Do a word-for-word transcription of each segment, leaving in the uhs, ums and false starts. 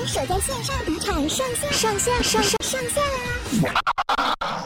守在线上赌场上线上线上上上线啦！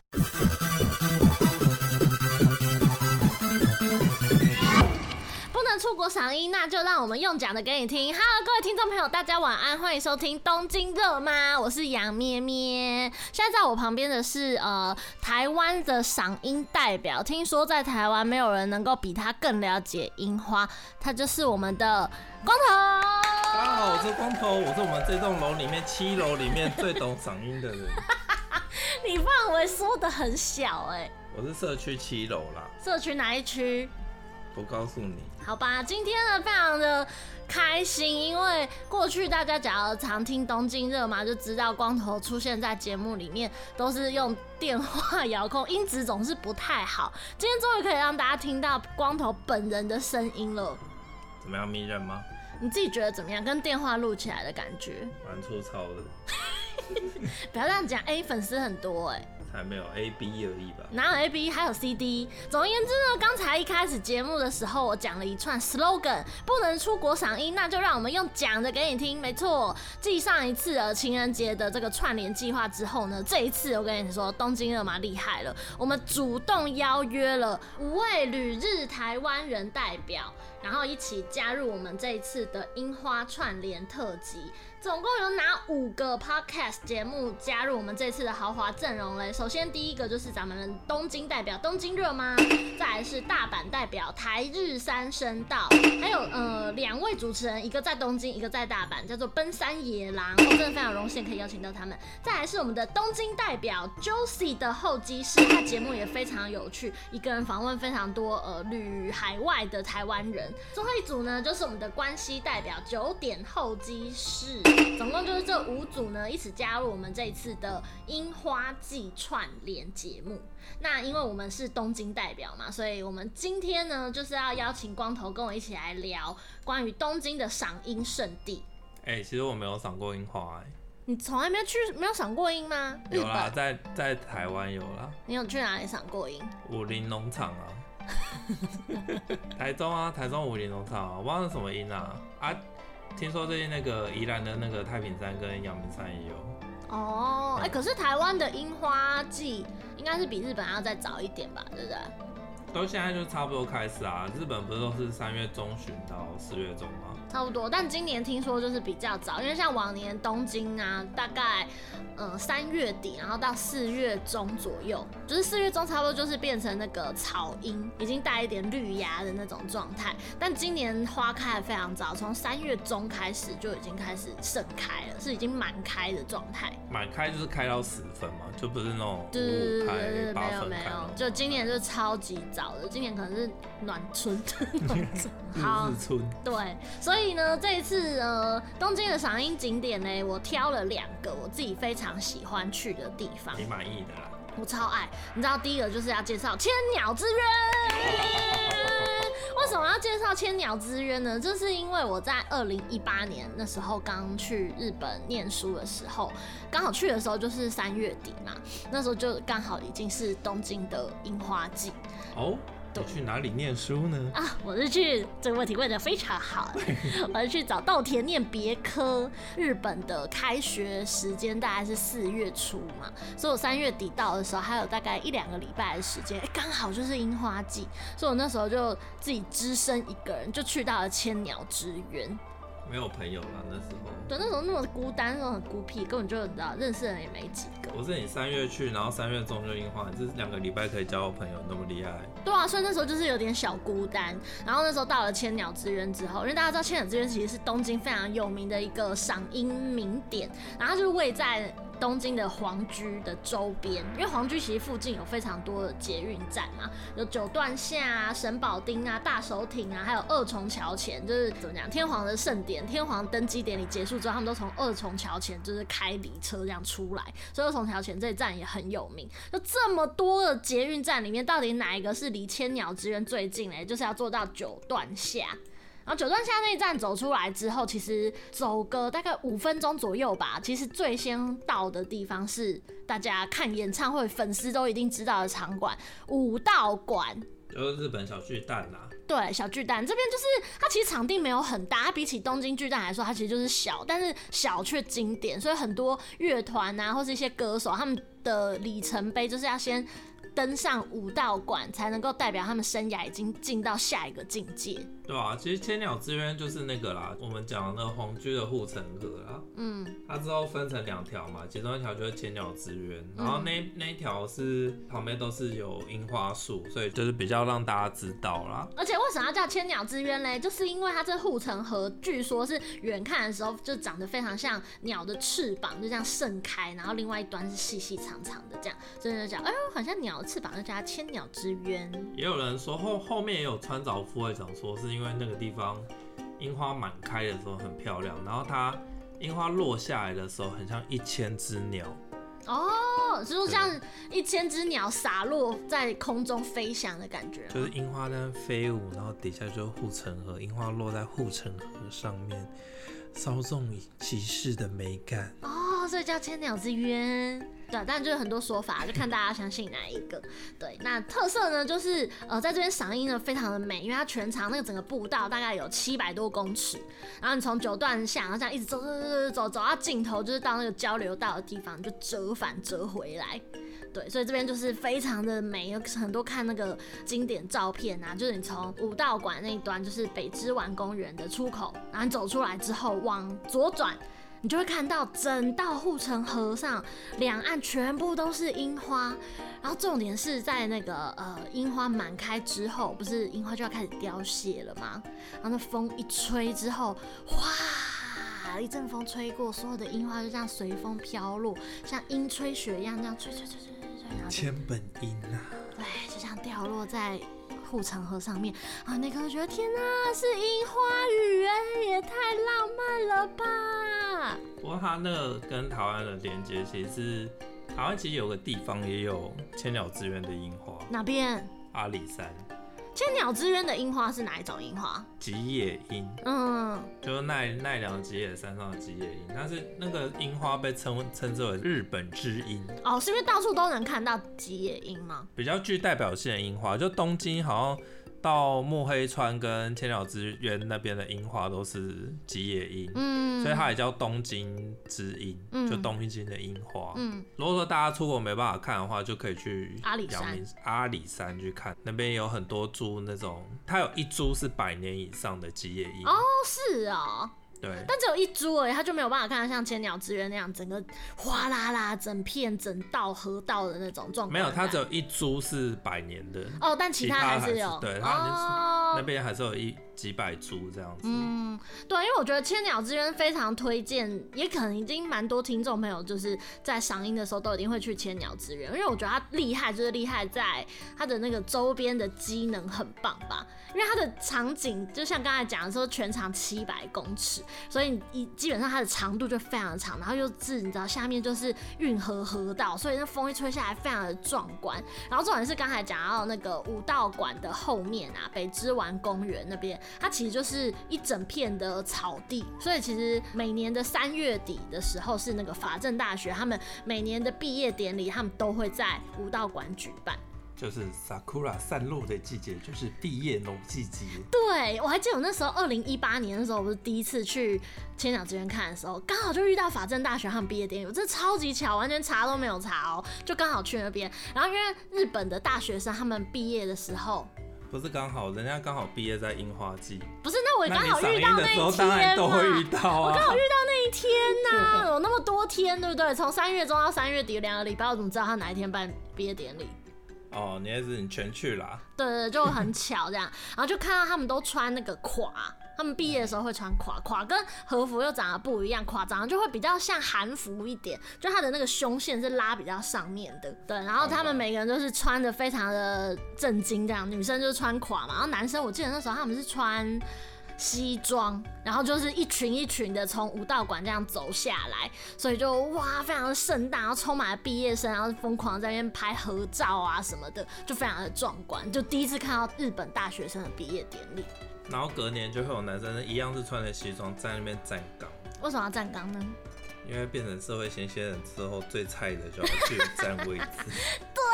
不能出国赏樱，那就让我们用讲的给你听。Hello， 各位听众朋友，大家晚安，欢迎收听东京热吗？我是杨咩咩。现在在我旁边的是呃台湾的赏樱代表，听说在台湾没有人能够比他更了解樱花，他就是我们的光头。 大家好，我是光头，我是我们这栋楼里面七楼里面最懂赏樱的人。 你范围缩得很小哎、欸。 我是社区七楼啦。 社区哪一区？ 不告诉你。 好吧，今天呢非常的开心，因为过去大家假如常听东京热嘛，就知道光头出现在节目里面都是用电话遥控，音质总是不太好。今天终于可以让大家听到光头本人的声音了。 怎么样，迷人吗？ 你自己觉得怎么样？跟电话录起来的感觉？ 蛮粗糙的。 不要这样讲，哎、欸，粉丝很多哎、欸。 才没有 A B 而已吧？ 哪有 A B， 还有 C D。总而言之呢，刚才一开始节目的时候，我讲了一串 slogan， 不能出国赏樱，那就让我们用讲的给你听。没错，继上一次的情人节的这个串联计划之后呢，这一次我跟你说，东京热嘛厉害了，我们主动邀约了五位旅日台湾人代表，然后一起加入我们这一次的樱花串联特辑。总共有哪五个 podcast 节目加入我们这次的豪华阵容嘞？首先第一个就是咱们的东京代表东京热吗？再来是大阪代表台日三声道，还有呃两位主持人，一个在东京，一个在大阪，叫做奔山野狼，我、哦、真的非常荣幸可以邀请到他们。再来是我们的东京代表 Josie 的候机室，他节目也非常有趣，一个人访问非常多呃旅海外的台湾人。最后一组呢，就是我们的关西代表九点候机室。总共就是这五组呢，一起加入我们这一次的樱花季串联节目。那因为我们是东京代表嘛，所以我们今天呢，就是要邀请光头跟我一起来聊关于东京的赏樱圣地。 哎、欸，其实我没有赏过樱花哎、欸。 你从来没有去没有赏过樱吗？ 有啦，在在台湾有啦。 你有去哪里赏过樱？ 武林农场啊。台中啊，台中武林农场啊，我忘了什么樱啊啊。听说最近那个宜兰的那个太平山跟阳明山也有哦，哎、欸，可是台湾的樱花季应该是比日本还要再早一点吧，对不对？ 都现在就差不多开始啊，日本不是都是三月中旬到四月中吗？ 差不多，但今年听说就是比较早，因为像往年东京啊，大概呃三月底，然后到四月中左右，就是四月中差不多就是变成那个草樱，已经带一点绿芽的那种状态。但今年花开得非常早，从三月中开始就已经开始盛开了，是已经满开的状态。 满开就是开到十分嘛，就不是那种对对对开八分开。 没有没有，就今年就超级早的，今年可能是暖春的那种。好， 日春。 对，所以呢，这一次呃东京的赏樱景点呢，我挑了两个我自己非常喜欢去的地方。 你满意的啦？ 我超爱。你知道第一个就是要介绍千鸟之渊。为什么要介绍千鸟之渊呢？就是因为我在二零一八年那时候刚去日本念书的时候，刚好去的时候就是三月底嘛，那时候就刚好已经是东京的樱花季。 哦。你去哪里念书呢？ 啊，我是去这个问题问得非常好，我是去找稻田念别科。日本的开学时间大概是四月初嘛，所以我三月底到的时候还有大概一两个礼拜的时间，哎、欸，刚好就是樱花季，所以我那时候就自己只身一个人就去到了千鸟之渊。 没有朋友啦，那时候。 对，那时候那么孤单，那时候很孤僻，根本就你知道认识的人也没几个。 我是你三月去，然后三月中就樱花，这两个礼拜可以交到朋友，那么厉害。 对啊，所以那时候就是有点小孤单。然后那时候到了千鸟之渊之后，因为大家知道千鸟之渊其实是东京非常有名的一个赏樱名点，然后它就是位在东京的皇居的周边，因为皇居其实附近有非常多的捷运站嘛，有九段下啊、神保町啊、大手町啊，还有二重桥前，就是怎么讲，天皇的盛典，天皇登基典礼结束之后，他们都从二重桥前就是开离车这样出来，所以二重桥前这一站也很有名。就这么多的捷运站里面，到底哪一个是离千鸟之渊最近嘞？就是要做到九段下。然后九段下那一站走出来之后，其实走个大概五分钟左右吧。其实最先到的地方是大家看演唱会粉丝都一定知道的场馆——武道馆。 就是日本小巨蛋啦。 对，小巨蛋这边就是它其实场地没有很大，它比起东京巨蛋来说，它其实就是小，但是小却经典，所以很多乐团啊或是一些歌手他们的里程碑就是要先登上武道馆，才能够代表他们生涯已经进到下一个境界。 对啊，其实千鸟之渊就是那个啦，我们讲的那个皇居的护城河啦。嗯，它之后分成两条嘛，其中一条就是千鸟之渊，然后那、嗯、那一条是旁边都是有樱花树，所以就是比较让大家知道啦。 而且为什么要叫千鸟之渊嘞？就是因为它这护城河据说是远看的时候就长得非常像鸟的翅膀，就这样盛开，然后另外一端是细细长长的这样，所以就讲哎呦很像鸟的翅膀，就叫它千鸟之渊。 也有人说后后面也有川岛副会长说是因为那个地方樱花满开的时候很漂亮，然后它樱花落下来的时候很像一千只鸟。 哦，就是像一千只鸟洒落在空中飞翔的感觉。 就是樱花在那飞舞，然后底下就是护城河，樱花落在护城河上面，稍纵即逝的美感。 哦，所以叫千鸟之渊。对，但就是很多说法，就看大家相信哪一个。对，那特色呢，就是呃，在这边赏樱呢非常的美，因为它全长那个整个步道大概有七百多公尺，然后你从九段下，然后这样一直走走走走走，走到尽头就是到那个交流道的地方，你就折返折回来。对，所以这边就是非常的美，有很多看那个经典照片啊，就是你从武道馆那一端，就是北之丸公园的出口，然后你走出来之后往左转。你就会看到整道护城河上两岸全部都是樱花，然后重点是在那个呃樱花满开之后，不是樱花就要开始凋谢了吗？然后那风一吹之后，哗，一阵风吹过，所有的樱花就这样随风飘落，像樱吹雪一样这样吹吹吹吹吹吹，然后千本樱啊， 对，就这样掉落在护城河上面啊，那个觉得天哪，是樱花雨哎，也太浪漫了吧！ 不过它那个跟台湾的连接，其实是台湾其实有个地方也有千鸟之渊的樱花， 哪边？ 阿里山。 千鸟之渊的樱花是哪一种樱花？ 吉野樱， 嗯， 就是奈奈良吉野山上的吉野樱，但是那个樱花被称称之为日本之樱。 哦，是因为到处都能看到吉野樱吗？ 比较具代表性的樱花，就东京好像到目黑川跟千鸟之渊那边的樱花都是吉野樱，嗯，所以它也叫东京之樱，嗯，就东京的樱花。嗯，如果说大家出国没办法看的话，就可以去阿里山， 阿里山去看，那边有很多株那种，它有一株是百年以上的吉野樱。 哦，是哦。 对， 但只有一株而已，它就没有办法看到像千鸟之渊那样整个哗啦啦、整片整道河道的那种状况。 没有，它只有一株是百年的。 哦，但其他还是有。 对，它、哦、那边还是有一几百株这样子。 嗯，对，因为我觉得千鸟之渊非常推荐，也可能已经蛮多听众朋友就是在赏樱的时候都一定会去千鸟之渊，因为我觉得它厉害就是厉害在它的那个周边的机能很棒吧，因为它的场景就像刚才讲的时候，全长七百公尺。所以基本上它的长度就非常的长，然后又是你知道下面就是运河河道，所以那风一吹下来非常的壮观。然后重点是刚才讲到那个武道馆的后面啊，北之丸公园那边，它其实就是一整片的草地，所以其实每年的三月底的时候是那个法政大学他们每年的毕业典礼，他们都会在武道馆举办。 就是 Sakura 散落的季节，就是毕业农季节。 对，我还记得我那时候二零一八年的时候，我是第一次去千鸟之渊看的时候，刚好就遇到法政大学他们毕业典礼，我真的超级巧，完全查都没有查哦，就刚好去那边。然后因为日本的大学生他们毕业的时候， 不是刚好，人家刚好毕业在樱花季。 不是，那我刚好遇到那一天嘛， 当然都会遇到啊。 我刚好遇到那一天呐、啊，有那么多天，对不对？从三月中到三月底两个礼拜，我怎么知道他哪一天办毕业典礼？ 哦，你也是你全去啦？ 对对，就很巧这样，然后就看到他们都穿那个垮，他们毕业的时候会穿垮，垮跟和服又长得不一样，垮长得就会比较像韩服一点，就它的那个胸线是拉比较上面的，对，然后他们每个人都是穿的非常的震惊这样，女生就是穿垮嘛，然后男生我记得那时候他们是穿西装，然后就是一群一群的从武道馆这样走下来，所以就哇非常的盛大，然后充满了毕业生，然后疯狂在那边拍合照啊什么的，就非常的壮观，就第一次看到日本大学生的毕业典礼。 然后隔年就会有男生一样是穿着西装在那边站岗。 为什么要站岗呢？ 因为变成社会新鲜人之后，最菜的就要去占位置。 对，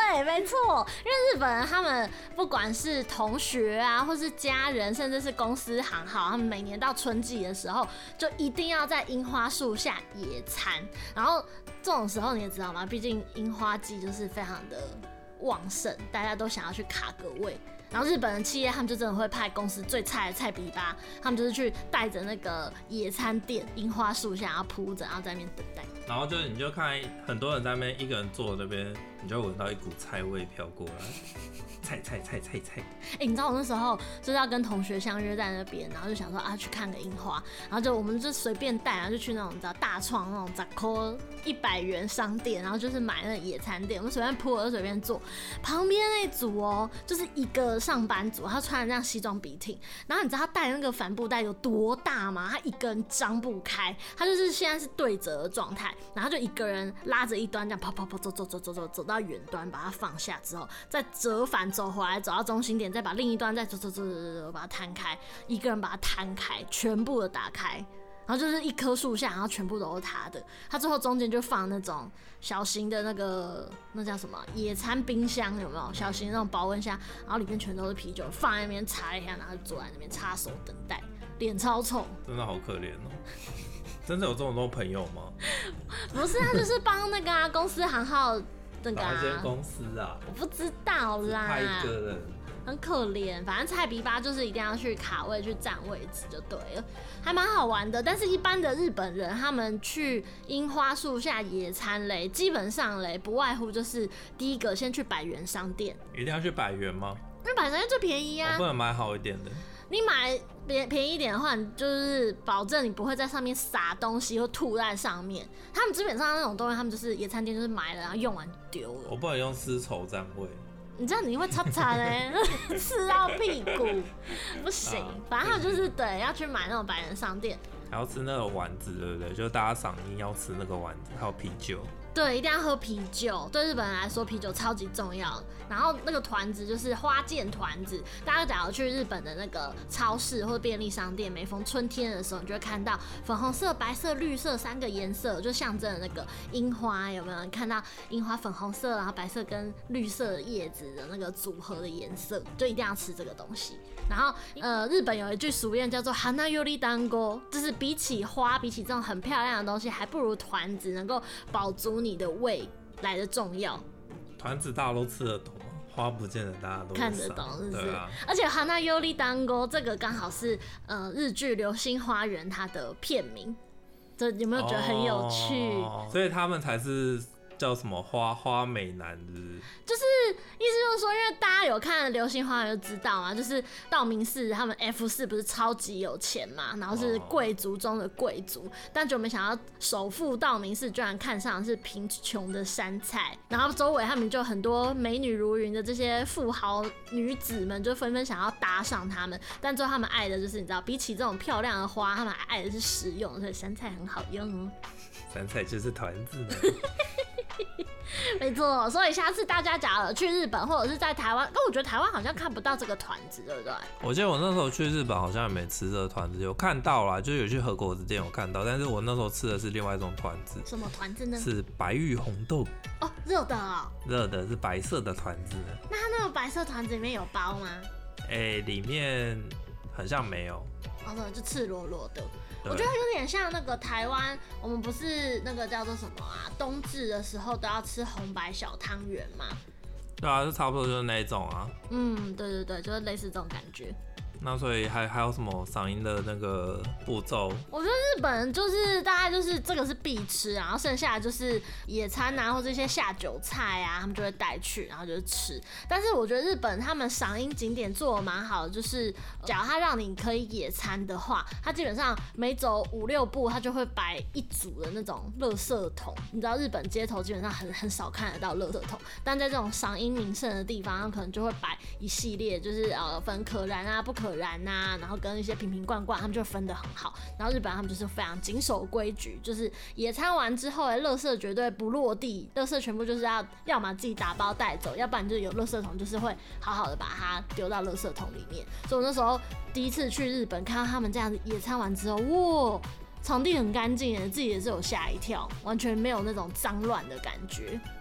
对，没错，因为日本人他们不管是同学啊，或是家人，甚至是公司行号，他们每年到春季的时候，就一定要在樱花树下野餐。然后这种时候你也知道吗？毕竟樱花季就是非常的旺盛，大家都想要去卡个位。然后日本的企业他们就真的会派公司最菜的菜比吧，他们就是去带着那个野餐垫，樱花树下，然后铺着，然后在那边等待。 然后就你就看很多人在那边一个人坐那边，你就闻到一股菜味飘过来，菜菜菜菜菜。 哎、欸，你知道我那时候就是要跟同学相约在那边，然后就想说啊去看个樱花，然后就我们就随便带，然后就去那种你知道大创那种杂扣一百元商店，然后就是买那个野餐垫，我们随便铺，就随便坐。旁边那组哦、喔，就是一个上班族，他穿的这样西装笔挺，然后你知道他带那个帆布袋有多大吗？他一个人张不开，他就是现在是对折的状态，然后就一个人拉着一端这样跑跑跑走走走走走走到远端，把它放下之后，再折返走回来，走到中心点，再把另一端再走走走走走把它摊开，一个人把它摊开，全部的打开。然后就是一棵树下，然后全部都是他的。他最后中间就放那种小型的那个那叫什么野餐冰箱，有没有？小型的那种保温箱，然后里面全都是啤酒，放在那边插一下，然后就坐在那边插手等待，脸超臭， 真的好可怜哦。真的有这么多朋友吗？ 不是，他就是帮那个啊公司行号那个啊。 哪间公司啊？ 我不知道啦。 派一个人。 很可怜，反正菜比吧就是一定要去卡位去占位置就对了，还蛮好玩的。但是，一般的日本人他们去樱花树下野餐嘞，基本上嘞不外乎就是第一个先去百元商店。 一定要去百元吗？ 因为百元商店最便宜啊。 我不能买好一点的。 你买便便宜一点的话，你就是保证你不会在上面撒东西或吐在上面。他们基本上那种东西，他们就是野餐店就是买了然后用完丢了。 我不能用丝绸占位。 你这样你会擦擦嘞，刺到屁股，不行。反正他就是对要去买那种百元商店， 还要吃那个丸子，对不对？就是大家赏樱要吃那个丸子，还有啤酒。 对，一定要喝啤酒。对日本人来说，啤酒超级重要。然后那个团子就是花见团子，大家假如去日本的那个超市或者便利商店，每逢春天的时候，你就会看到粉红色、白色、绿色三个颜色，就象征那个樱花。有没有？你看到樱花粉红色，然后白色跟绿色的叶子的那个组合的颜色，就一定要吃这个东西。然后，呃，日本有一句俗谚叫做 “hanayori dango”，就是比起花，比起这种很漂亮的东西，还不如团子能够饱足你的胃来的重要。 团子大家都吃得懂吗？花不见得大家都看得懂，是不是？ 啊、 而且 “hanayori dango” 这个刚好是呃日剧《流星花园》它的片名，这有没有觉得很有趣？ 哦、所以他们才是。叫什么花花美男是不是？ 就是意思就是说，因为大家有看《流星花园》就知道嘛，就是道明寺他们 F 四不是超级有钱嘛，然后是贵族中的贵族，哦、但就没想到首富道明寺居然看上的是贫穷的山菜，然后周围他们就很多美女如云的这些富豪女子们就纷纷想要搭上他们，但最后他们爱的就是你知道，比起这种漂亮的花，他们爱的是实用，所以山菜很好用哦。 山菜就是团子呢。 没错，所以下次大家假如去日本或者是在台湾，但我觉得台湾好像看不到这个团子，对不对？ 我记得我那时候去日本好像也没吃这个团子，有看到啦，就有去和果子店有看到，但是我那时候吃的是另外一种团子。 什么团子呢？ 是白玉红豆。 哦，热的哦。热的是白色的团子。 那它那个白色团子里面有包吗？ 哎、欸，里面好像没有。 哦，对，就赤裸裸的。我觉得有点像那个台湾，我们不是那个叫做什么啊？冬至的时候都要吃红白小汤圆嘛。 对啊，就差不多就是那一种啊。 嗯，对对对，就是类似这种感觉。 那所以还还有什么赏樱的那个步骤？ 我觉得日本人就是大概就是这个是必吃，然后剩下的就是野餐啊，或者一些下酒菜啊，他们就会带去，然后就是吃。但是我觉得日本他们赏樱景点做的蛮好的，就是假如他让你可以野餐的话，他基本上每走五六步，他就会摆一组的那种垃圾桶。你知道日本街头基本上很很少看得到垃圾桶，但在这种赏樱名胜的地方，他们可能就会摆一系列，就是呃分可燃啊、不可燃啊，然后跟一些瓶瓶罐罐，他们就分得很好。然后日本他们就是非常谨守规矩，就是野餐完之后，垃圾绝对不落地，垃圾全部就是要要么自己打包带走，要不然就是有垃圾桶，就是会好好的把它丢到垃圾桶里面。所以我那时候第一次去日本，看到他们这样子野餐完之后，哇，场地很干净耶，自己也是有吓一跳，完全没有那种脏乱的感觉。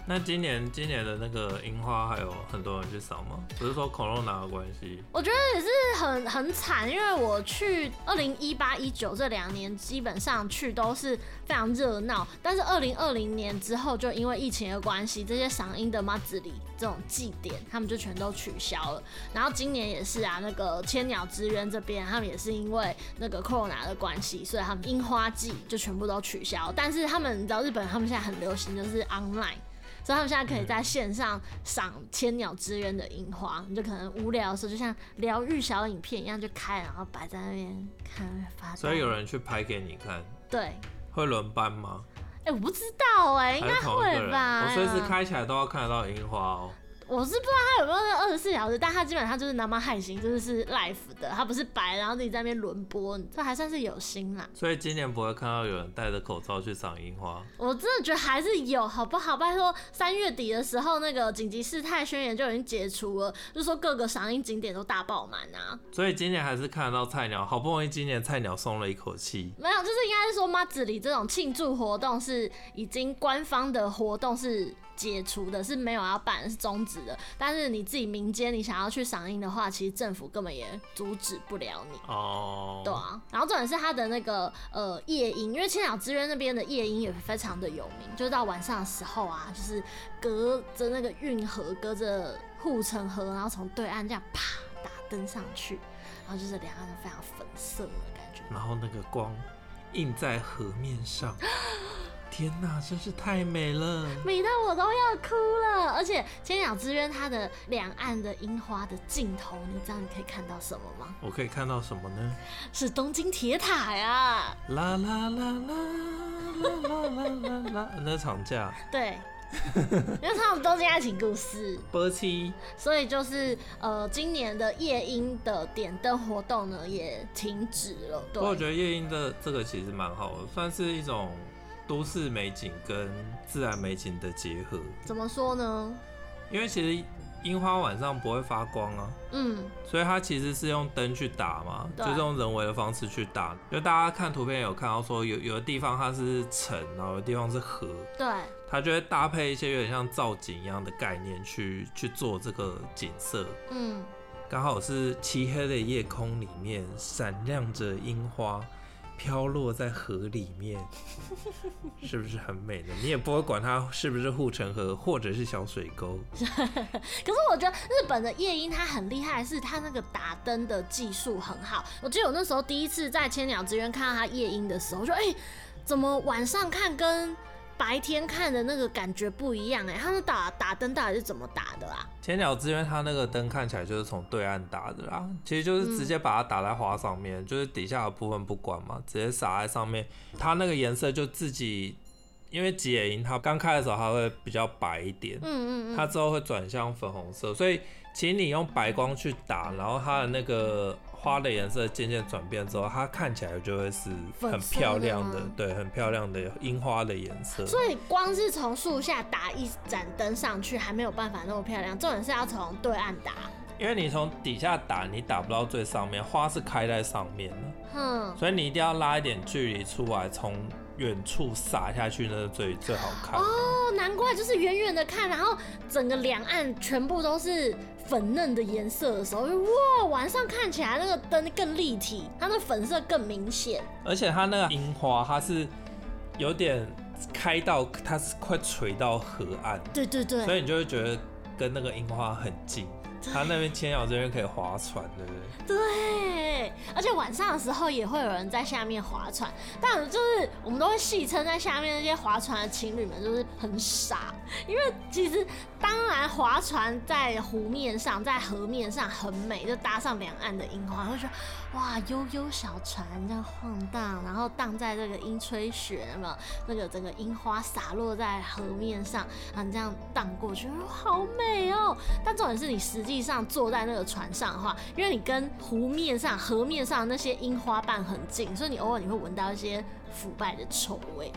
那今年今年的那个樱花还有很多人去赏吗？不是说 Corona 的关系？ 我觉得也是很很惨，因为我去二零一八、一九这两年基本上去都是非常热闹，但是二零二零年之后就因为疫情的关系，这些赏樱的马子里这种祭典他们就全都取消了。然后今年也是啊，那个千鸟之渊这边他们也是因为那个 Corona 的关系，所以他们樱花季就全部都取消。但是他们你知道日本他们现在很流行就是 online。所以他们现在可以在线上赏千鸟之渊的樱花，你就可能无聊的时候，就像疗愈小影片一样，就开，然后摆在那边看发呆。 所以有人去拍给你看？ 对。 会轮班吗？ 哎、欸，我不知道哎、欸，应该会吧。 我随时开起来都要看得到樱花哦。 我是不知道他有没有那二十四小时，但他基本上就是南蛮海行，就是是 live 的，他不是白，然后自己在那边轮播，这还算是有心啦。 所以今年不会看到有人戴着口罩去赏樱花。 我真的觉得还是有，好不好？拜托，三月底的时候，那个紧急事态宣言就已经解除了，就说各个赏樱景点都大爆满啊。 所以今年还是看得到菜鸟，好不容易今年菜鸟松了一口气。 没有，就是应该是说马子里这种庆祝活动是已经官方的活动是解除的，是没有要办，是终止的。但是你自己民间你想要去赏樱的话，其实政府根本也阻止不了你。哦，对啊。然后重点是它的那个呃夜樱，因为千鸟之渊那边的夜樱也非常的有名，就是到晚上的时候啊，就是隔着那个运河，隔着护城河，然后从对岸这样啪打灯上去，然后就是两岸都非常粉色的感觉。 然后那个光映在河面上。天哪，真是太美了， 美到我都要哭了！而且千鸟之渊它的两岸的樱花的尽头，你知道你可以看到什么吗？ 我可以看到什么呢？ 是东京铁塔呀！ 啦啦啦啦啦啦啦啦，那场架。 对。因为他们东京爱情故事， 波奇， 所以就是呃，今年的夜樱的点灯活动呢也停止了。对， 我觉得夜樱的这个其实蛮好的，算是一种都市美景跟自然美景的结合。 怎么说呢？ 因为其实樱花晚上不会发光啊，嗯，所以它其实是用灯去打嘛，就是用人为的方式去打。就大家看图片有看到说有有的地方它是城，然后有的地方是河， 对， 它就会搭配一些有点像造景一样的概念去去做这个景色。嗯，刚好是漆黑的夜空里面闪亮着樱花。飘落在河里面，是不是很美呢？你也不会管它是不是护城河或者是小水沟。 可是我觉得日本的夜樱它很厉害，是它那个打灯的技术很好。我记得我那时候第一次在千鸟之渊看到它夜樱的时候，我说：“哎、欸，怎么晚上看跟白天看的那个感觉不一样？哎、欸，他们打打灯到底是怎么打的啊？” 千鸟之渊它那个灯看起来就是从对岸打的啦，其实就是直接把它打在花上面，嗯、就是底下的部分不管嘛，直接撒在上面，它那个颜色就自己，因为吉野樱它刚开的时候它会比较白一点，嗯嗯嗯，它之后会转向粉红色，所以其实你用白光去打，然后它的那个花的颜色渐渐转变之后，它看起来就会是很漂亮的，对，很漂亮的樱花的颜色。 所以光是从树下打一盏灯上去，还没有办法那么漂亮，重点是要从对岸打。 因为你从底下打，你打不到最上面，花是开在上面的，嗯，所以你一定要拉一点距离出来，从远处洒下去，那是最最好看。 哦，难怪就是远远的看，然后整个两岸全部都是粉嫩的颜色的时候，哇，晚上看起来那个灯更立体，它的粉色更明显。而且它那个樱花，它是有点开到，它是快垂到河岸。 对对对。 所以你就会觉得跟那个樱花很近。它那边千鸟这边可以划船，对不对？ 对，而且晚上的时候也会有人在下面划船，但就是我们都会戏称在下面那些划船的情侣们就是很傻，因为其实当然划船在湖面上、在河面上很美，就搭上两岸的樱花，会觉得哇，悠悠小船这样晃荡，然后荡在这个樱吹雪，有没有？那个整个樱花洒落在河面上，然后你这样荡过去，好美哦！但重点是你实际上坐在那个船上的话，因为你跟湖面上、河面上那些樱花瓣很近，所以你偶尔你会闻到一些腐败的臭味。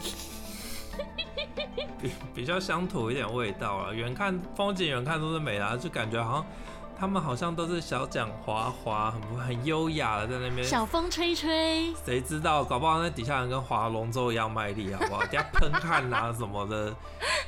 比比较乡土一点味道啊，远看风景远看都是美的，就感觉好像他们好像都是小桨滑滑，很很优雅的在那边小风吹吹。 谁知道，搞不好那底下人跟划龙舟一样卖力，好不好？等下喷汗啊什么的。 对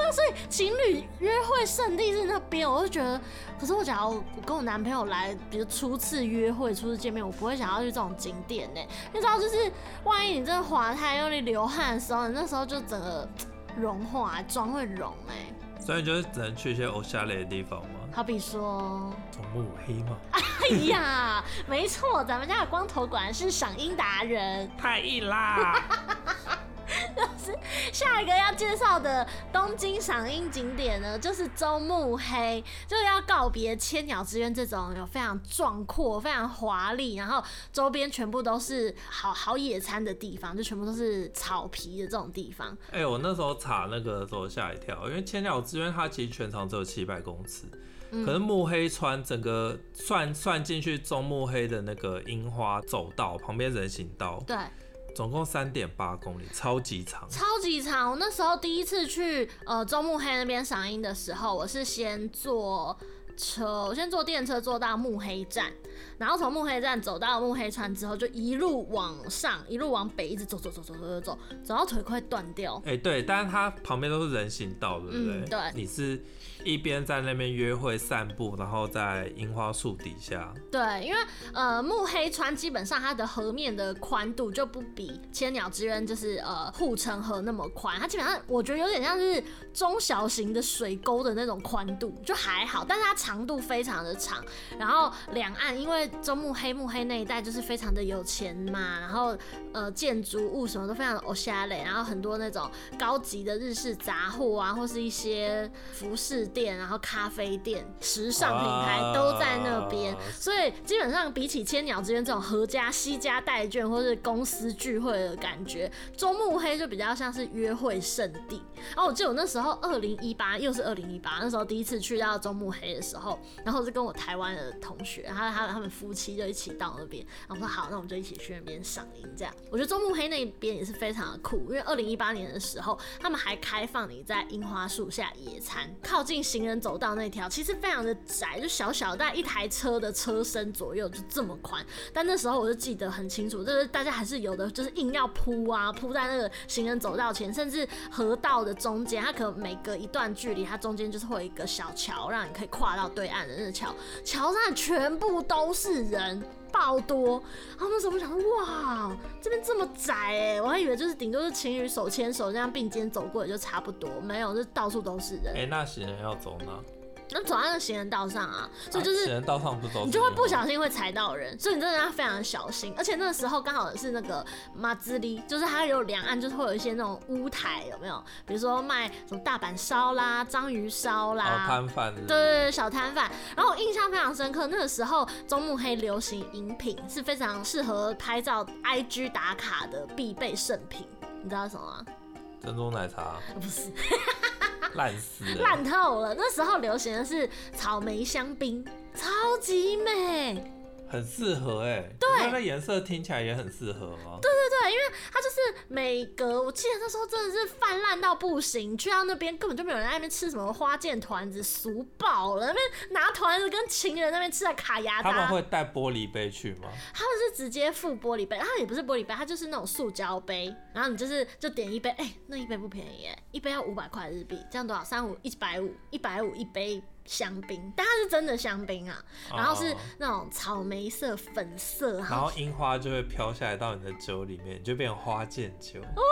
啊，所以情侣约会圣地是那边，我就觉得，可是我假如我跟我男朋友来，比如初次约会、初次见面，我不会想要去这种景点呢。你知道，就是万一你真的滑太用力流汗的时候，你那时候就整个融化，妆会融哎。 所以就是只能去一些欧夏雷的地方吗？ 好比说中目黑吗？ 哎呀，没错，咱们家的光头果然是赏樱达人， 太硬啦！ 就是下一个要介绍的东京赏樱景点呢，就是中目黑，就是要告别千鸟之渊这种有非常壮阔、非常华丽，然后周边全部都是好好野餐的地方，就全部都是草皮的这种地方。 哎、欸，我那时候查那个时候吓一跳，因为千鸟之渊它其实全长只有七百公尺。可是目黑川整个算算进去中目黑的那个樱花走道旁边人行道， 对， 总共三点八公里，超级长， 超级长。我那时候第一次去呃中目黑那边赏樱的时候，我是先坐车，我先坐电车坐到目黑站，然后从目黑站走到目黑川之后，就一路往上，一路往北，一直走走走走走走走，走到腿快断掉。 哎、欸，对，但是它旁边都是人行道，对不对？ 嗯、对， 你是一边在那边约会散步，然后在樱花树底下。 对，因为呃目黑川基本上它的河面的宽度就不比千鸟之渊就是呃护城河那么宽，它基本上我觉得有点像是中小型的水沟的那种宽度，就还好，但是它长度非常的长。然后两岸因为中目黑目黑那一带就是非常的有钱嘛，然后呃建筑物什么都非常的おしゃれ，然后很多那种高级的日式杂货啊，或是一些服饰店，然后咖啡店、时尚品牌都在那边，所以基本上比起千鸟之渊这种合家西家带眷或是公司聚会的感觉，中目黑就比较像是约会圣地。然后我记得我那时候二零一八，又是二零一八，那时候第一次去到中目黑的时候，然后我是跟我台湾的同学，他他他们夫妻就一起到那边，然后我说好，那我们就一起去那边赏樱。这样，我觉得中目黑那边也是非常的酷，因为二零一八年的时候，他们还开放你在樱花树下野餐，靠近行人走道那条其实非常的窄，就小小大概一台车的车身左右就这么宽。但那时候我就记得很清楚，就是大家还是有的，就是硬要铺啊，铺在那个行人走道前，甚至河道的中间，它可能每隔一段距离，它中间就是会有一个小桥，让你可以跨到对岸的那个桥，桥上全部都是人。爆多，然后那时候我想说，哇，这边这么窄哎，我还以为就是顶多是情侣手牵手这样并肩走过也就差不多，没有，就到处都是人。 哎、欸，那行人要走哪？ 那走在那行人道上啊，所以就是、啊、 行人道上不走， 你就会不小心会踩到人，所以你真的要非常的小心。而且那个时候刚好是那个马兹里，就是它有两岸就是会有一些那种屋台，有没有？比如说卖什么大阪烧啦、章鱼烧啦， 摊贩，对对对，小摊贩。然后我印象非常深刻，那个时候中目黑流行饮品是非常适合拍照 I G 打卡的必备圣品，你知道什么吗？ 珍珠奶茶？ 不是。 烂死了， 烂透了。那时候流行的是草莓香槟，超级美， 很适合哎、欸。对，那个颜色听起来也很适合吗？ 对对对，因为它就是每隔，我记得那时候真的是泛滥到不行，去到那边根本就没有人在那边吃什么花见团子，俗爆了。那边拿团子跟情人那边吃的卡牙渣。 他们会带玻璃杯去吗？ 他们是直接附玻璃杯，他们也不是玻璃杯，它就是那种塑胶杯，然后你就是就点一杯，哎、欸，那一杯不便宜耶，一杯要五百块日币，这样多少？三五一百五，一百五一杯。香槟，但它是真的香槟啊，然后是那种草莓色、粉色， 然后樱花就会飘下来到你的酒里面，你就变成花见酒。 哦，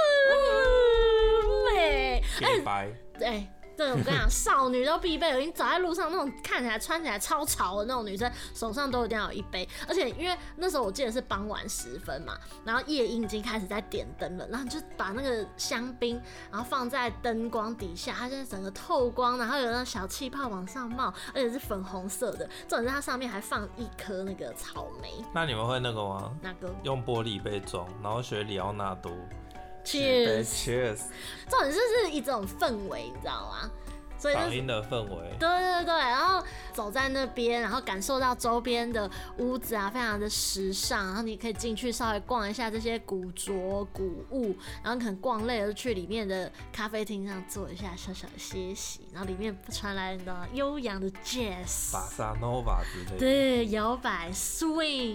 美， 黑白， 对。对，我跟你讲，少女都必备。你走在路上，那种看起来、穿起来超潮的那种女生，手上都一定要有一杯。而且因为那时候我记得是傍晚时分嘛，然后夜莺已经开始在点灯了，然后你就把那个香槟，然后放在灯光底下，它现在整个透光，然后有那种小气泡往上冒，而且是粉红色的。重点是它上面还放一颗那个草莓。 那你们会那个吗？ 哪个？ 用玻璃杯装，然后学里奥纳多。 Cheers， Cheers。 重点就是一种氛围，你知道吗？所以赏樱的氛围， 对对对，然后走在那边，然后感受到周边的屋子啊，非常的时尚，然后你可以进去稍微逛一下这些古着古物，然后可能逛累了就去里面的咖啡厅上坐一下小小的歇息，然后里面传来的悠扬的 jazz， 巴萨诺瓦之类的， 对，摇摆 swing。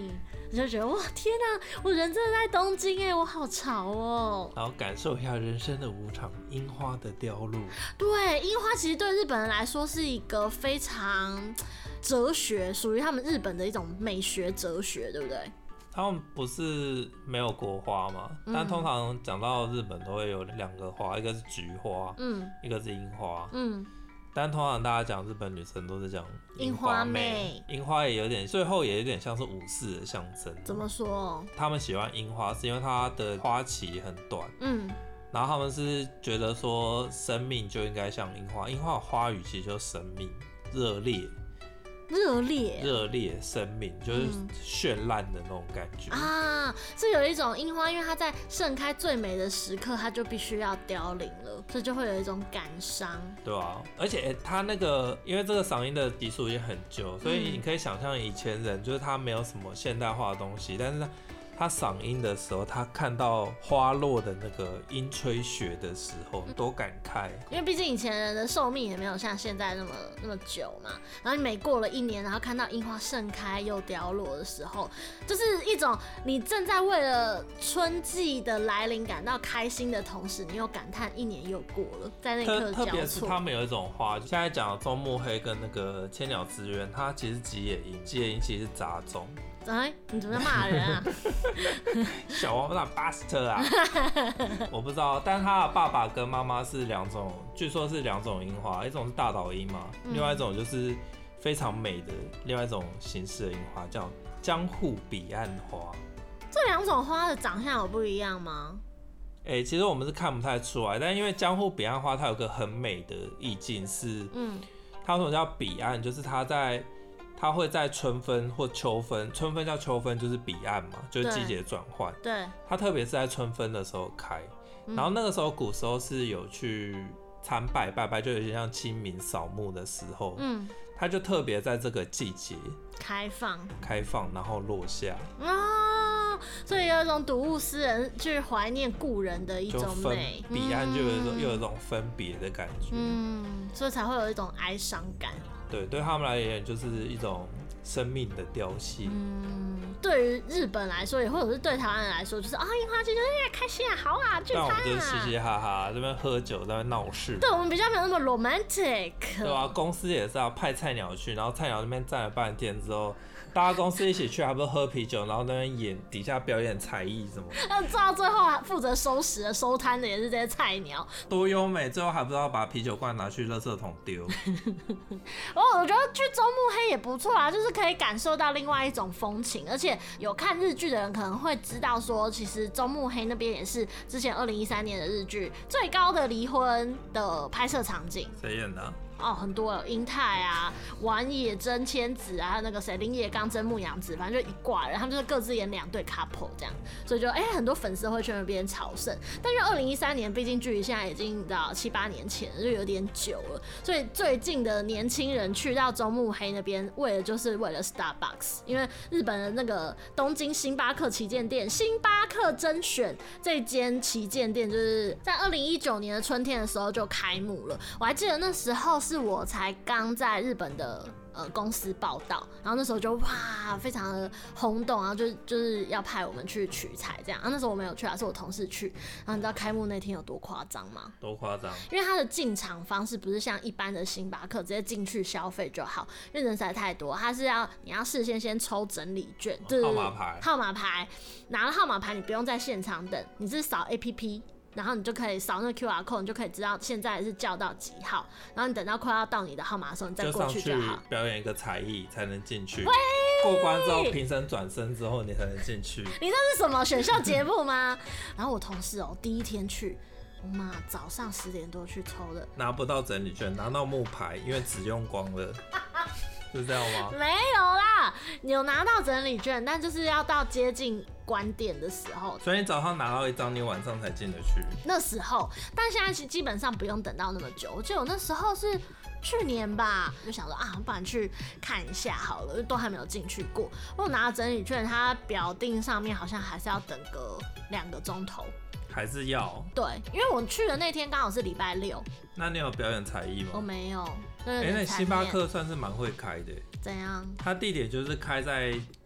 你就觉得哇天哪、啊，我人真的在东京哎，我好潮哦。 然后感受一下人生的无常，樱花的凋落。 对，樱花其实对日本人来说是一个非常哲学，属于他们日本的一种美学哲学，对不对？ 他们不是没有国花嘛？嗯、但通常讲到日本都会有两个花，一个是菊花，嗯，一个是樱花，嗯。但通常大家讲日本女生都是讲樱花妹，樱花也有点，最后也有点像是武士的象征。 怎么说？ 他们喜欢樱花是因为它的花期很短，嗯，然后他们是觉得说生命就应该像樱花，樱花的花语其实就是生命，热烈。 热烈， 热烈生命就是绚烂的那种感觉、嗯、 啊！是有一种樱花，因为它在盛开最美的时刻，它就必须要凋零了，所以就会有一种感伤。 对啊，而且、欸、它那个，因为这个赏樱的习俗也很久，所以你可以想象以前人就是他没有什么现代化的东西，但是他。他赏樱的时候，他看到花落的那个樱吹雪的时候，多感慨。 因为毕竟以前人的寿命也没有像现在那么那么久嘛。然后你每过了一年，然后看到樱花盛开又凋落的时候，就是一种你正在为了春季的来临感到开心的同时，你又感叹一年又过了，在那一刻交错。 特别是他们有一种花，现在讲的中目黑跟那个千鸟之渊，它其实吉野樱，吉野樱其实是杂种。 哎，你怎么在骂人啊？ 小王八蛋 Buster 啊！我不知道，但他的爸爸跟妈妈是两种，据说是两种樱花，一种是大岛樱嘛，嗯、另外一种就是非常美的另外一种形式的樱花，叫江户彼岸花。 这两种花的长相有不一样吗？ 哎、欸，其实我们是看不太出来，但因为江户彼岸花它有个很美的意境是，嗯，它为什么叫彼岸？就是它在。它会在春分或秋分，春分叫秋分，就是彼岸嘛，就是季节转换。 对， 它特别是在春分的时候开，嗯、然后那个时候古时候是有去参拜拜拜，就有点像清明扫墓的时候。嗯，它就特别在这个季节开放， 开放，然后落下。 哦，所以有一种睹物思人，去怀念故人的一种美。 彼岸就有一种、嗯、又有一种分别的感觉。 嗯，所以才会有一种哀伤感。 对，对他们来言就是一种生命的凋谢。 嗯，对于日本来说，也或者是对台湾人来说，就是啊，樱花季就是哎开心啊，好啊，聚餐啊。但我们就是嘻嘻哈哈，这边喝酒，在那边闹事。 对，我们比较没有那么 romantic。 对啊，公司也是要派菜鸟去，然后菜鸟那边站了半天之后。大家公司一起去，还不是喝啤酒，然后在那边演底下表演才艺什么的。 那做到最后，负责收拾的、收摊的也是这些菜鸟， 多优美！最后还不知道把啤酒罐拿去垃圾桶丢。 哦，我觉得去中目黑也不错啊，就是可以感受到另外一种风情，而且有看日剧的人可能会知道说，其实中目黑那边也是之前二零一三年的日剧最高的离婚的拍摄场景。 谁演的、啊？ 哦，很多有英泰啊、丸野真千子啊，还有那个谁林野刚真木阳子，反正就一挂人，他们就是各自演两对 couple 这样，所以就哎、欸、很多粉丝会去那边朝圣。但是二零一三年，毕竟距离现在已经到七八年前了，就有点久了，所以最近的年轻人去到中目黑那边，为了就是为了 Starbucks， 因为日本的那个东京星巴克旗舰店星巴克甄选这间旗舰店，就是在二零一九年的春天的时候就开幕了。我还记得那时候。是我才刚在日本的呃公司报道，然后那时候就哇非常的轰动，然后就就是要派我们去取材这样。然后那时候我没有去啊，是我同事去。然后你知道开幕那天有多夸张吗？ 多夸张！ 因为它的进场方式不是像一般的星巴克直接进去消费就好，因为人实在太多，它是要你要事先先抽整理券，就是号码牌， 号码牌拿了号码牌，你不用在现场等，你是扫 A P P。然后你就可以扫那个 Q R code， 你就可以知道现在是叫到几号。然后你等到快要到你的号码的时候，你再过去就好。 就上去表演一个才艺才能进去。过关之后，评审转身之后，你才能进去。 你这是什么选秀节目吗？然后我同事哦，第一天去，我妈早上十点多去抽的， 拿不到整理券，拿到木牌，因为纸用光了。是这样吗？ 没有啦，你有拿到整理券，但就是要到接近关店的时候。 所以你早上拿到一张，你晚上才进得去。 那时候，但现在基本上不用等到那么久。我记得我那时候是去年吧，就想说啊，不然去看一下好了，都还没有进去过。我拿了整理券，它表定上面好像还是要等个两个钟头。 还是要对，因为我去的那天刚好是礼拜六。 那你有表演才艺吗？ 我没有。 哎、欸，那星巴克算是蛮会开的。 怎样？ 它地点就是开在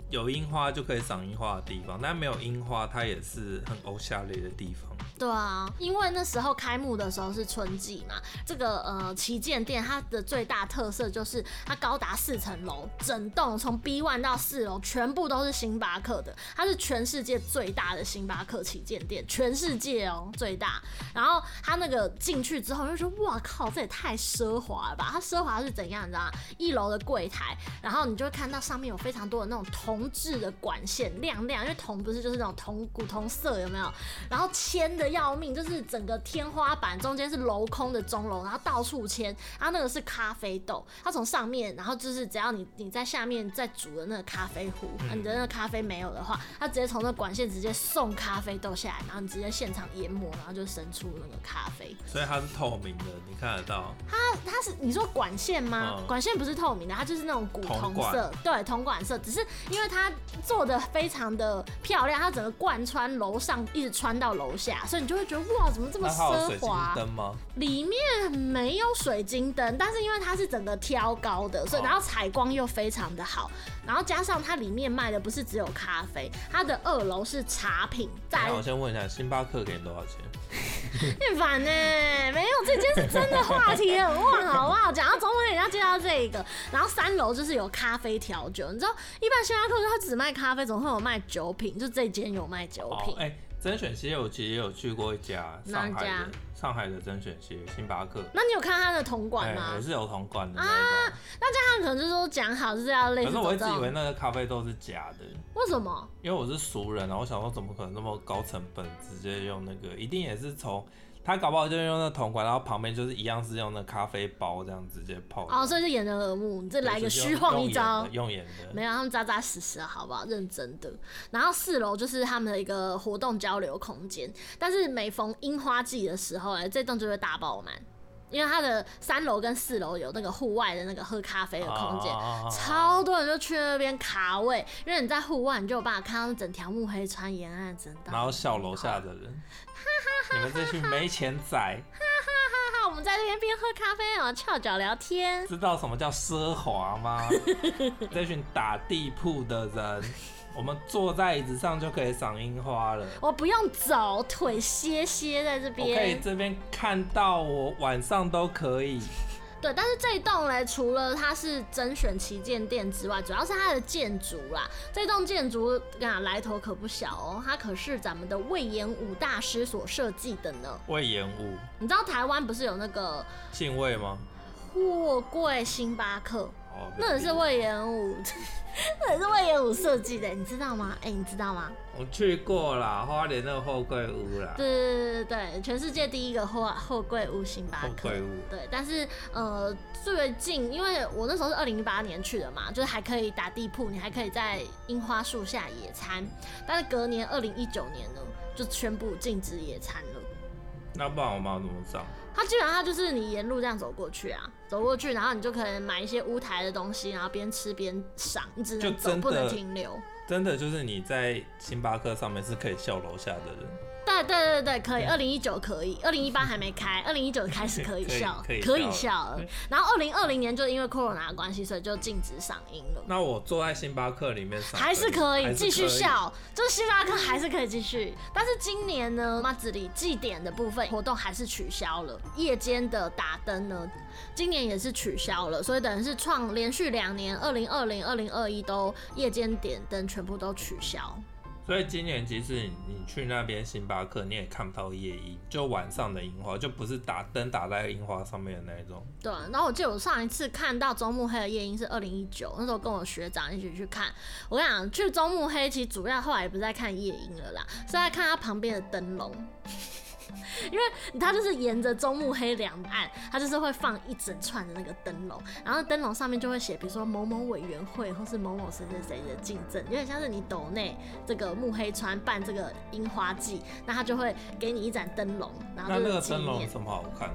有樱花就可以赏樱花的地方，但没有樱花它也是很欧夏类的地方。 对啊，因为那时候开幕的时候是春季嘛，这个呃旗舰店它的最大特色就是它高达四层楼，整栋从 B 一 到四楼全部都是星巴克的，它是全世界最大的星巴克旗舰店，全世界哦最大。然后它那个进去之后就觉得哇靠，这也太奢华了吧！它奢华是怎样，你知道吗？一楼的柜台，然后你就会看到上面有非常多的那种铜制的管线，亮亮，因为铜不是就是那种铜古铜色有没有？然后铅的要命，就是整个天花板中间是镂空的钟楼，然后到处铅，然后那个是咖啡豆，它从上面，然后就是只要你你在下面再煮的那个咖啡壶，嗯、你的那个咖啡没有的话，它直接从那管线直接送咖啡豆下来，然后你直接现场研磨，然后就生出那个咖啡。 所以它是透明的，你看得到。 它它是你说管线吗？嗯、管线不是透明的，它就是那种古铜色，对，铜管色。只是因为它做的非常的漂亮，它整个贯穿楼上一直穿到楼下，所以你就会觉得哇，怎么这么奢华？ 灯吗？ 里面没有水晶灯，但是因为它是整个挑高的，所以然后采光又非常的好，然后加上它里面卖的不是只有咖啡，它的二楼是茶品。 那我先问一下，星巴克给你多少钱？ 很烦呢，没有，这件是真的话题很旺，好不好？讲到中文，人家介绍这个，然后三楼就是有咖啡调酒，你知道，一般星巴克它只卖咖啡，总会有卖酒品，就这间有卖酒品。 哎、哦，甄选系列我其实也有去过一家上海的，上海的甄选系列星巴克。 那你有看它的铜管吗？ 欸、也是有铜管的那啊，那这样可能就是说讲好就是要类似。 可是我一直以为那个咖啡豆是假的。 为什么？ 因为我是熟人，然后我想说怎么可能那么高成本直接用那个，一定也是从他搞不好就用那铜管，然后旁边就是一样是用那咖啡包这样直接泡。 哦，所以是掩人耳目，你这来一个虚晃一招， 用演的。 没有，他们扎扎实实好不好？认真的。然后四楼就是他们的一个活动交流空间，但是每逢樱花季的时候，哎，这栋就会大爆满。因为它的三楼跟四楼有那个户外的那个喝咖啡的空间，啊、超多人就去那边卡位，因为你在户外你就有办法看到整条木黑川沿岸整道。 然后笑楼下的人，你们这群没钱仔， 哈哈哈哈！我们在那边边喝咖啡啊，翘脚聊天。 知道什么叫奢华吗？这群打地铺的人。我们坐在椅子上就可以赏樱花了。 我不用走，腿歇歇在这边。 我可以这边看到，我晚上都可以。 对，但是这一栋嘞，除了它是甄选旗舰店之外，主要是它的建筑啦。这栋建筑啊，来头可不小哦，它可是咱们的隈研吾大师所设计的呢。 隈研吾， 你知道台湾不是有那个姓魏吗？ 货柜星巴克。 哦、 那也是隈研吾，那也是隈研吾设计的，你知道吗？哎、欸，你知道吗？ 我去过啦，花莲那个货柜屋啦。 对对对对，全世界第一个货货柜屋星巴克。 货柜屋。 对，但是呃，最近因为我那时候是二零一八年去的嘛，就是还可以打地铺，你还可以在樱花树下野餐。但是隔年二零一九年呢，就宣布禁止野餐了。 那不然我们要怎么上？ 它基本上就是你沿路这样走过去啊，走过去，然后你就可能买一些屋台的东西，然后边吃边赏，你只能走不能停留。 真的就是你在星巴克上面是可以笑楼下的人。 对对对对，可以。二零一九可以，二零一八还没开，二零一九开始可以笑， 可以可以笑了。然后二零二零年就因为 Corona 的关系，所以就禁止赏樱了。 那我坐在星巴克里面赏， 还是可以继续笑，就是星巴克还是可以继续。但是今年呢，马子里祭典的部分活动还是取消了，夜间的打灯呢，今年也是取消了，所以等于是创连续两年，二零二零、二零二一都夜间点灯全部都取消。 所以今年即使你去那边星巴克，你也看不到夜樱，就晚上的樱花，就不是打灯打在樱花上面的那一种。 对，然后我记得我上一次看到中目黑的夜樱是二零一九，那时候跟我学长一起去看。我跟你讲，去中目黑其实主要后来也不是在看夜樱了啦，是在看它旁边的灯笼。因为它就是沿着中目黑两岸，它就是会放一整串的那个灯笼，然后灯笼上面就会写，比如说某某委员会或是某某谁谁谁的进赠，有点像是你斗内这个目黑川办这个樱花季，那它就会给你一盏灯笼，然后那那个灯笼有什么好看的？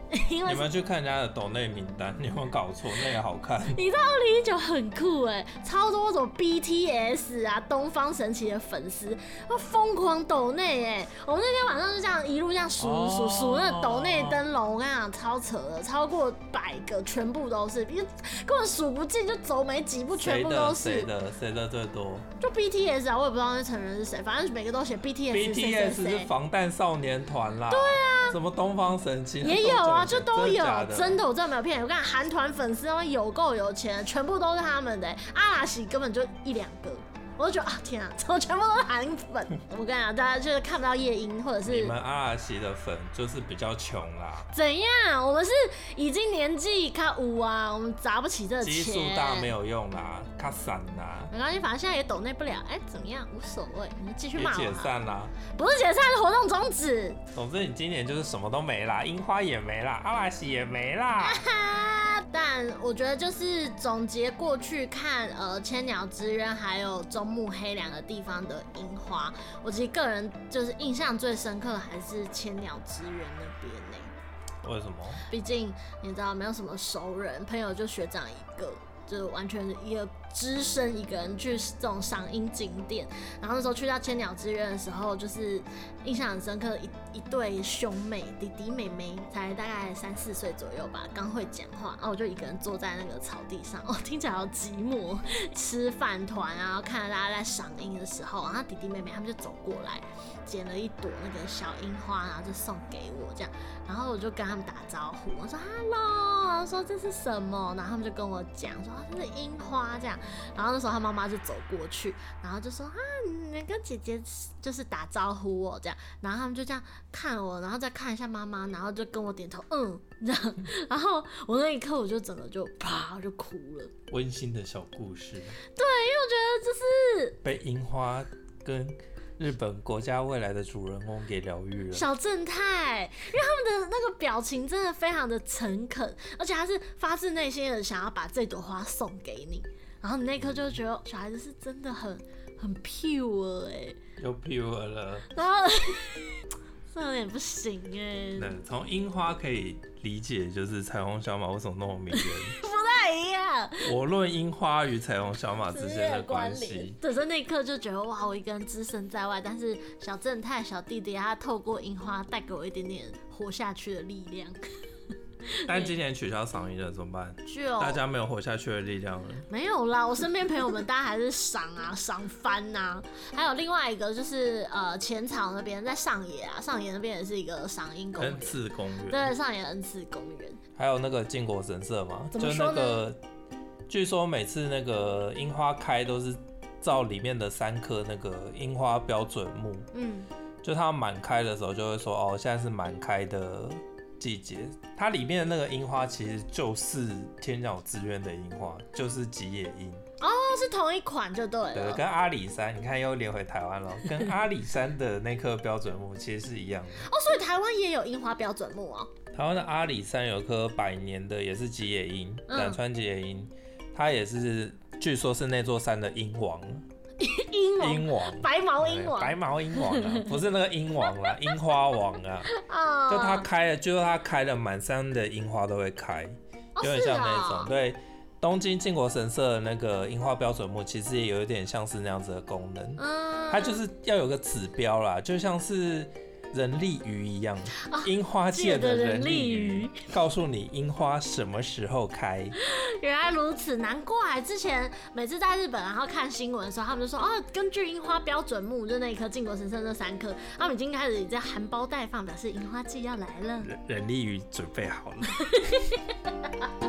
因为你们去看人家的抖内名单，你有没有搞错？那个好看。 你知道二零一九很酷哎，超多种 B T S 啊，东方神起的粉丝，疯狂抖内哎。我们那天晚上就这样一路这样数数数那个抖内灯笼，我跟你讲超扯的，超过百个，全部都是，根本数不尽，就走没几步，全部都是。 谁的谁的最多？ 就 B T S 啊，我也不知道那成员是谁，反正每个都写 B T S。B T S 是防弹少年团啦。 对啊。 什么东方神起也有啊，就都有， 真的， 真的我真的没有骗你。我看韩团粉丝他们有够有钱，全部都是他们的、欸，阿拉西根本就一两个。我就觉得啊，天啊，怎么全部都是韩粉？我跟你讲，大家就是看不到夜莺，或者是你们阿拉西的粉就是比较穷啦。 怎样？我们是已经年纪较有啊，我们砸不起这钱。 基数大没有用啦，较散啦。 没关系，反正现在也抖内不了，哎、欸，怎么样？无所谓，你继续骂我。 也解散啦？ 不是解散，是活动终止。 总之，你今年就是什么都没啦，樱花也没啦，阿拉西也没啦。 但我觉得就是总结过去看，呃，千鸟之渊还有中目黑两个地方的樱花，我其实个人就是印象最深刻的还是千鸟之渊那边呢、 欸。为什么？ 毕竟你知道没有什么熟人，朋友就学长一个。就完全是一个只身一个人去这种赏樱景点，然后那时候去到千鸟之渊的时候，就是印象很深刻的一一对兄妹，弟弟妹妹才大概三四岁左右吧，刚会讲话，然后我就一个人坐在那个草地上，哦，听起来好寂寞，吃饭团啊，然后看着大家在赏樱的时候，然后弟弟妹妹他们就走过来，捡了一朵那个小樱花，然后就送给我这样，然后我就跟他们打招呼，我说 hello， 然后说这是什么，然后他们就跟我讲说。这是樱花这样，然后那时候他妈妈就走过去，然后就说啊，你跟姐姐就是打招呼哦这样，然后他们就这样看我，然后再看一下妈妈，然后就跟我点头，嗯，这样，然后我那一刻我就整个就啪就哭了。温馨的小故事。对，因为我觉得就是被樱花跟日本国家未来的主人公给疗愈了。 小正太，因为他们的那个表情真的非常的诚恳，而且他是发自内心的想要把这朵花送给你，然后你那一刻就觉得小孩子是真的很很 pure 哎、欸， 又 pure 了， 然后这有点不行哎、欸。 对，从樱花可以理解，就是彩虹小马为什么那么迷人。 不太一样。 我论樱花与彩虹小马之间的关系， 对，所以那一刻就觉得哇，我一个人只身在外，但是小正太小弟弟他透过樱花带给我一点点活下去的力量。 但今年取消赏樱了怎么办？ 就大家没有活下去的力量了。 没有啦，我身边朋友们大家还是赏啊赏翻啊。还有另外一个就是呃浅草那边在上野啊，上野那边也是一个赏樱公园。 恩赐公园。 对，上野恩赐公园。 还有那个靖国神社嘛， 怎么说呢？ 就那个据说每次那个樱花开都是照里面的三棵那个樱花标准木，嗯，就它满开的时候就会说哦，现在是满开的季节。它里面的那个樱花其实就是天鸟之渊的樱花，就是吉野樱。 哦，是同一款就对了。 对，跟阿里山，你看又连回台湾了，跟阿里山的那棵标准木其实是一样的。 哦，所以台湾也有樱花标准木哦。 台湾的阿里山有棵百年的，也是吉野樱，染川吉野樱，它也是据说是那座山的樱王。 樱王， 樱王， 白毛樱王， 白毛樱王啊，不是那个樱王啦，樱花王啊。哦、就它开了，就是它开了，满山的樱花都会开，有点像那种、哦、对。东京靖国神社的那个樱花标准木，其实也有一点像是那样子的功能，嗯、它就是要有个指标啦，就像是人力鱼一样，樱、啊、花界的人力鱼，告诉你樱花什么时候开。 原来如此，难怪之前每次在日本，然后看新闻的时候，他们就说哦，根据樱花标准木，就那一棵靖国神社那三棵，他们已经开始在含苞待放，表示樱花季要来了。 人, 人力鱼准备好了。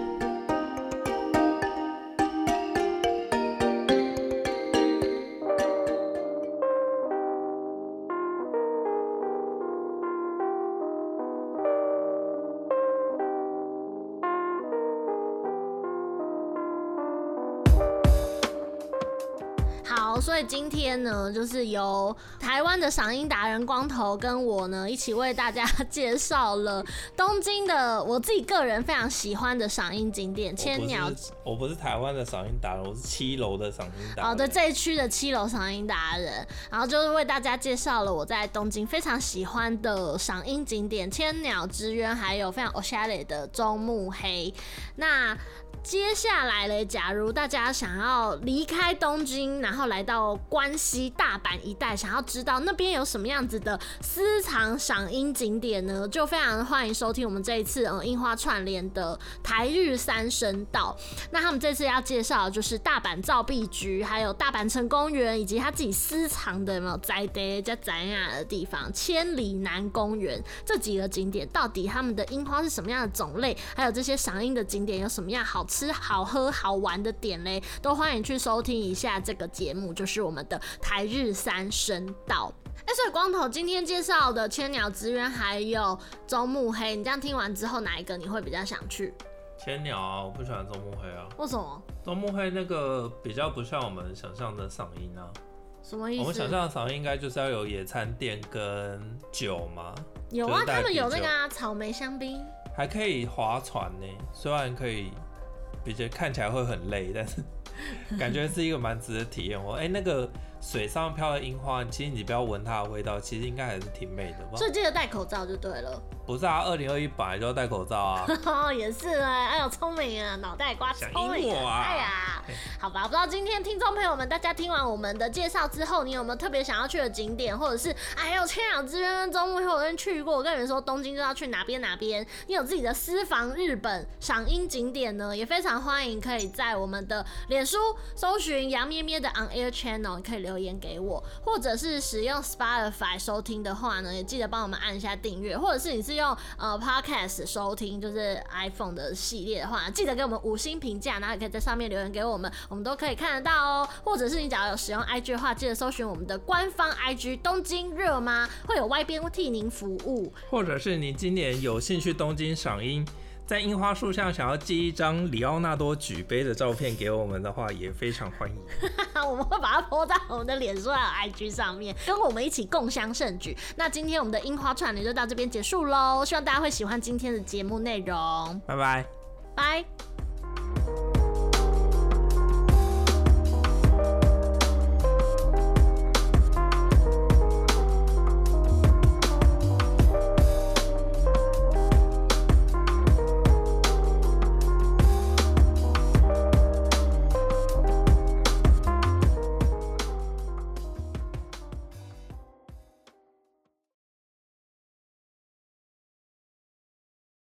哦，所以今天呢，就是由台湾的赏樱达人光头跟我呢一起为大家介绍了东京的我自己个人非常喜欢的赏樱景点千鸟。 我不是台湾的赏樱达人，我是七楼的赏樱达人。 哦，对，这一区的七楼赏樱达人，然后就是为大家介绍了我在东京非常喜欢的赏樱景点千鸟之渊，还有非常 おしゃれ的中目黑。那接下来嘞，假如大家想要离开东京，然后来到关西大阪一带，想要知道那边有什么样子的私藏赏樱景点呢，就非常欢迎收听我们这一次呃樱花串联的台日三声道。那他们这次要介绍的就是大阪造币局，还有大阪城公园，以及他自己私藏的有没有在地加在亚的地方千里南公园这几个景点，到底他们的樱花是什么样的种类，还有这些赏樱的景点有什么样好吃、好喝、好玩的点嘞，都欢迎去收听一下这个节目，就是我们的台日三声道。哎、欸，所以光头今天介绍的千鸟之渊还有中目黑，你这样听完之后，哪一个你会比较想去？ 千鸟啊，我不喜欢中目黑啊。 为什么？ 中目黑那个比较不像我们想象的赏樱啊。 什么意思？ 我们想象的赏樱应该就是要有野餐店跟酒嘛。 有啊，他们有那个啊，草莓香槟， 还可以划船呢。虽然可以，比较看起来会很累，但是感觉是一个蛮值得体验哦。哎、欸，那个水上飘的樱花，其实你不要闻它的味道，其实应该还是挺美的吧？ 所以记得戴口罩就对了。 不是啊，二零二一本来就要戴口罩啊。 哦，也是哎，哎呦，聪明啊，脑袋瓜聪明啊！哎呀，好吧，不知道今天听众朋友们，大家听完我们的介绍之后，你有没有特别想要去的景点，或者是哎呦，千鸟之渊跟中目黑我都去过，我跟你们说东京就要去哪边哪边，你有自己的私房日本赏樱景点呢，也非常欢迎可以在我们的脸书搜寻杨咩咩的 On Air Channel， 你可以留言给我，或者是使用 Spotify 收听的话呢，也记得帮我们按一下订阅，或者是你是用呃 Podcast 收听，就是 iPhone 的系列的话，记得给我们五星评价，然后也可以在上面留言给我们，我们都可以看得到哦。或者是你只要有使用 I G 的话，记得搜寻我们的官方 I G 东京热吗，会有 Y 编替您服务。 或者是你今年有兴趣东京赏樱，在樱花树上想要寄一张里奥纳多举杯的照片给我们的话，也非常欢迎。 我们会把它 po 在我们的脸书还有 I G 上面，跟我们一起共襄盛举。那今天我们的樱花串联就到这边结束喽，希望大家会喜欢今天的节目内容。 拜拜， 拜。